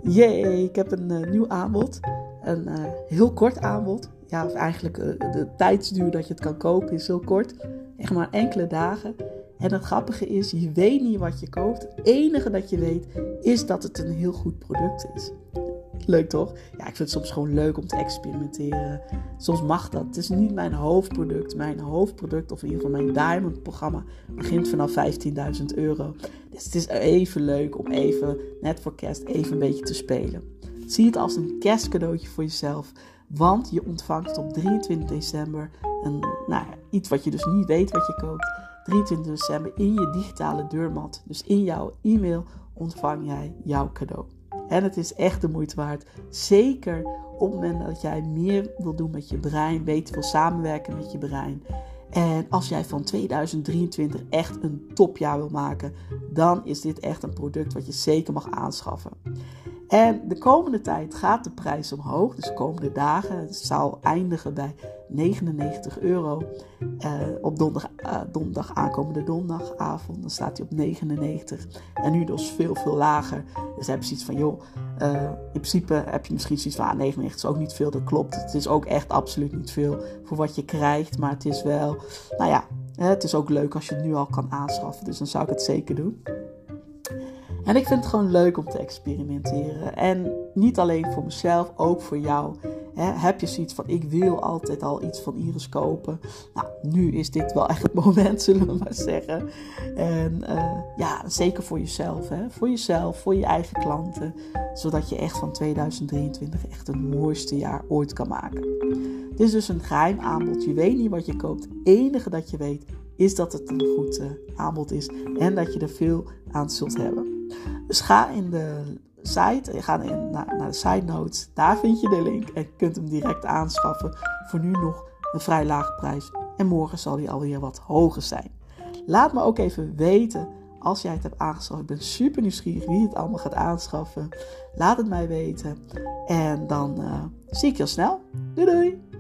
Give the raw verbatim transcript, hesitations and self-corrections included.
Jee, ik heb een uh, nieuw aanbod. Een uh, heel kort aanbod. Ja, of eigenlijk uh, de tijdsduur dat je het kan kopen is heel kort. Echt maar enkele dagen. En het grappige is, je weet niet wat je koopt. Het enige dat je weet is dat het een heel goed product is. Leuk toch? Ja, ik vind het soms gewoon leuk om te experimenteren. Soms mag dat. Het is niet mijn hoofdproduct. Mijn hoofdproduct, of in ieder geval mijn Diamond programma, begint vanaf vijftienduizend euro. Dus het is even leuk om even, net voor kerst, even een beetje te spelen. Zie het als een kerstcadeautje voor jezelf. Want je ontvangt op drieëntwintig december een, nou, iets wat je dus niet weet wat je koopt. drieëntwintig december in je digitale deurmat. Dus in jouw e-mail ontvang jij jouw cadeau. En het is echt de moeite waard. Zeker op het moment dat jij meer wil doen met je brein. Beter wil samenwerken met je brein. En als jij van tweeduizend drieëntwintig echt een topjaar wil maken. Dan is dit echt een product wat je zeker mag aanschaffen. En de komende tijd gaat de prijs omhoog. Dus de komende dagen. Het zal eindigen bij negenennegentig euro. Uh, op donderdag, uh, donderdag, aankomende donderdagavond. Dan staat hij op negenennegentig. En nu dus veel, veel lager. Dus heb je zoiets van, joh. Uh, in principe heb je misschien zoiets van, ah, negenennegentig is ook niet veel. Dat klopt. Het is ook echt absoluut niet veel voor wat je krijgt. Maar het is wel, nou ja. Het is ook leuk als je het nu al kan aanschaffen. Dus dan zou ik het zeker doen. En ik vind het gewoon leuk om te experimenteren. En niet alleen voor mezelf, ook voor jou. He, heb je zoiets van, ik wil altijd al iets van Iris kopen. Nou, nu is dit wel echt het moment, zullen we maar zeggen. En uh, ja, zeker voor jezelf. Hè? Voor jezelf, voor je eigen klanten. Zodat je echt van tweeduizend drieëntwintig echt het mooiste jaar ooit kan maken. Dit is dus een geheim aanbod. Je weet niet wat je koopt. Het enige dat je weet is dat het een goed uh, aanbod is. En dat je er veel aan zult hebben. Dus ga in de site, ga in, naar, naar de side notes, daar vind je de link en je kunt hem direct aanschaffen. Voor nu nog een vrij lage prijs en morgen zal die alweer wat hoger zijn. Laat me ook even weten als jij het hebt aangeschaft. Ik ben super nieuwsgierig wie het allemaal gaat aanschaffen. Laat het mij weten en dan uh, zie ik je heel snel. Doei doei!